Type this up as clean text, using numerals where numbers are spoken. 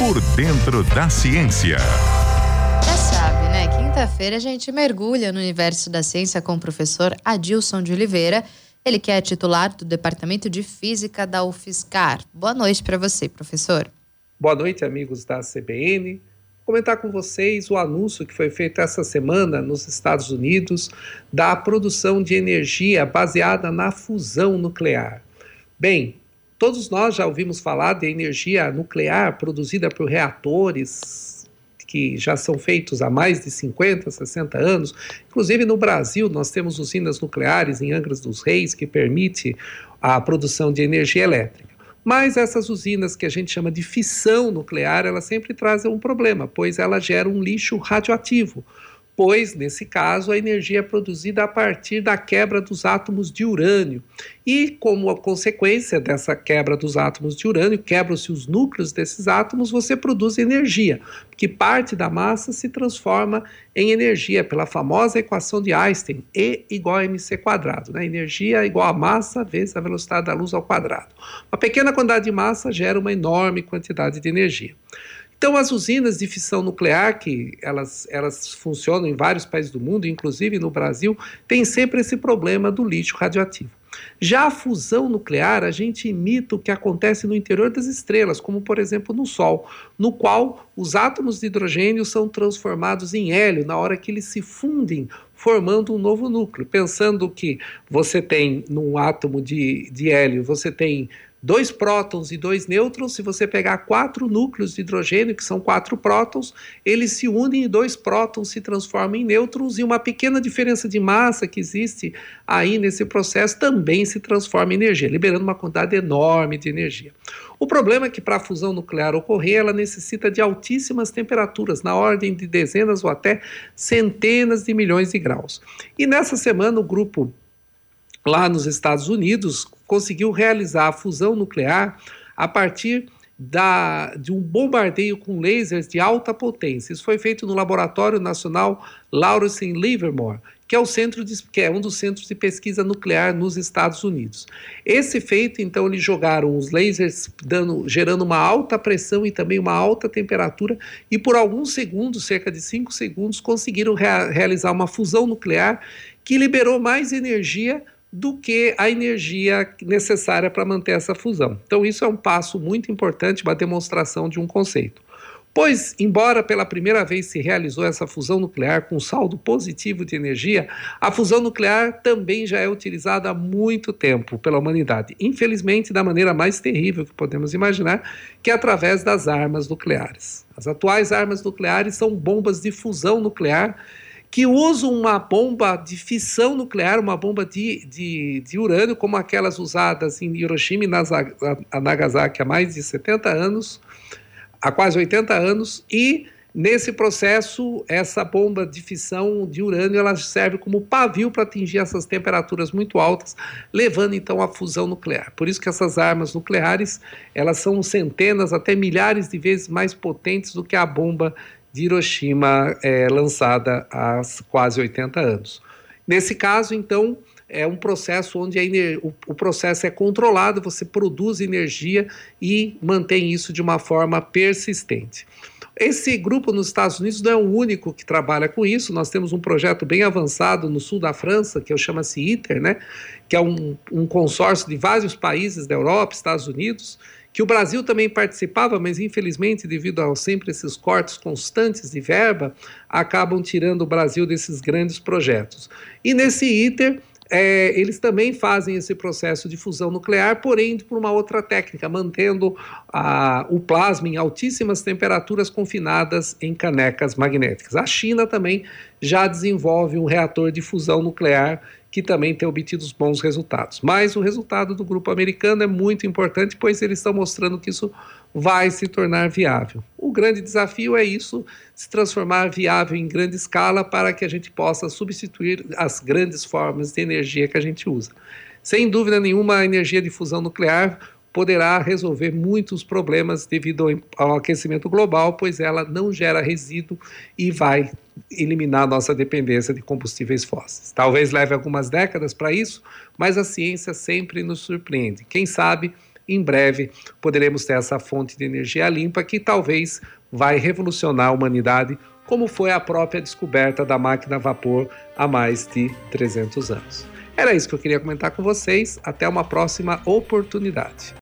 Por Dentro da Ciência. Já sabe, né? Quinta-feira a gente mergulha no universo da ciência com o professor Adilson de Oliveira. Ele que é titular do Departamento de Física da UFSCar. Boa noite para você, professor. Boa noite, amigos da CBN. Vou comentar com vocês o anúncio que foi feito essa semana nos Estados Unidos da produção de energia baseada na fusão nuclear. Bem, todos nós já ouvimos falar de energia nuclear produzida por reatores que já são feitos há mais de 50, 60 anos. Inclusive no Brasil nós temos usinas nucleares em Angra dos Reis que permite a produção de energia elétrica. Mas essas usinas que a gente chama de fissão nuclear, elas sempre trazem um problema, pois ela gera um lixo radioativo. Pois, nesse caso, a energia é produzida a partir da quebra dos átomos de urânio. E, como a consequência dessa quebra dos átomos de urânio, quebram-se os núcleos desses átomos, você produz energia, porque parte da massa se transforma em energia, pela famosa equação de Einstein, E igual a mc², né? Energia igual a massa vezes a velocidade da luz ao quadrado. Uma pequena quantidade de massa gera uma enorme quantidade de energia. Então, as usinas de fissão nuclear, que elas funcionam em vários países do mundo, inclusive no Brasil, têm sempre esse problema do lixo radioativo. Já a fusão nuclear, a gente imita o que acontece no interior das estrelas, como por exemplo no Sol, no qual os átomos de hidrogênio são transformados em hélio na hora que eles se fundem, formando um novo núcleo. Pensando que você tem, num átomo de hélio, você tem 2 prótons e 2 nêutrons. Se você pegar 4 núcleos de hidrogênio, que são 4 prótons, eles se unem e 2 prótons se transformam em nêutrons, e uma pequena diferença de massa que existe aí nesse processo também se transforma em energia, liberando uma quantidade enorme de energia. O problema é que para a fusão nuclear ocorrer, ela necessita de altíssimas temperaturas, na ordem de dezenas ou até centenas de milhões de graus. E nessa semana o grupo lá nos Estados Unidos conseguiu realizar a fusão nuclear a partir de um bombardeio com lasers de alta potência. Isso foi feito no Laboratório Nacional Lawrence em Livermore, que é um dos centros de pesquisa nuclear nos Estados Unidos. Esse feito, então, eles jogaram os lasers gerando uma alta pressão e também uma alta temperatura, e por alguns segundos, cerca de 5 segundos, conseguiram realizar uma fusão nuclear que liberou mais energia do que a energia necessária para manter essa fusão. Então isso é um passo muito importante, uma demonstração de um conceito. Pois, embora pela primeira vez se realizou essa fusão nuclear com saldo positivo de energia, a fusão nuclear também já é utilizada há muito tempo pela humanidade. Infelizmente, da maneira mais terrível que podemos imaginar, que é através das armas nucleares. As atuais armas nucleares são bombas de fusão nuclear, que usam uma bomba de fissão nuclear, uma bomba de urânio, como aquelas usadas em Hiroshima e Nagasaki há mais de 70 anos, há quase 80 anos, e nesse processo, essa bomba de fissão de urânio, ela serve como pavio para atingir essas temperaturas muito altas, levando então à fusão nuclear. Por isso que essas armas nucleares, elas são centenas, até milhares de vezes mais potentes do que a bomba de Hiroshima lançada há quase 80 anos. Nesse caso, então, é um processo onde o processo é controlado, você produz energia e mantém isso de uma forma persistente. Esse grupo nos Estados Unidos não é o único que trabalha com isso. Nós temos um projeto bem avançado no sul da França, que chama-se ITER, né? Que é um consórcio de vários países da Europa, Estados Unidos, que o Brasil também participava, mas infelizmente, devido a sempre esses cortes constantes de verba, acabam tirando o Brasil desses grandes projetos. E nesse ITER, eles também fazem esse processo de fusão nuclear, porém por uma outra técnica, mantendo o plasma em altíssimas temperaturas confinadas em canecas magnéticas. A China também já desenvolve um reator de fusão nuclear que também tem obtido bons resultados. Mas o resultado do grupo americano é muito importante, pois eles estão mostrando que isso vai se tornar viável. O grande desafio é isso, se transformar viável em grande escala para que a gente possa substituir as grandes formas de energia que a gente usa. Sem dúvida nenhuma, a energia de fusão nuclear poderá resolver muitos problemas devido ao aquecimento global, pois ela não gera resíduo e vai eliminar a nossa dependência de combustíveis fósseis. Talvez leve algumas décadas para isso, mas a ciência sempre nos surpreende. Quem sabe em breve poderemos ter essa fonte de energia limpa que talvez vai revolucionar a humanidade, como foi a própria descoberta da máquina a vapor há mais de 300 anos. Era isso que eu queria comentar com vocês. Até uma próxima oportunidade.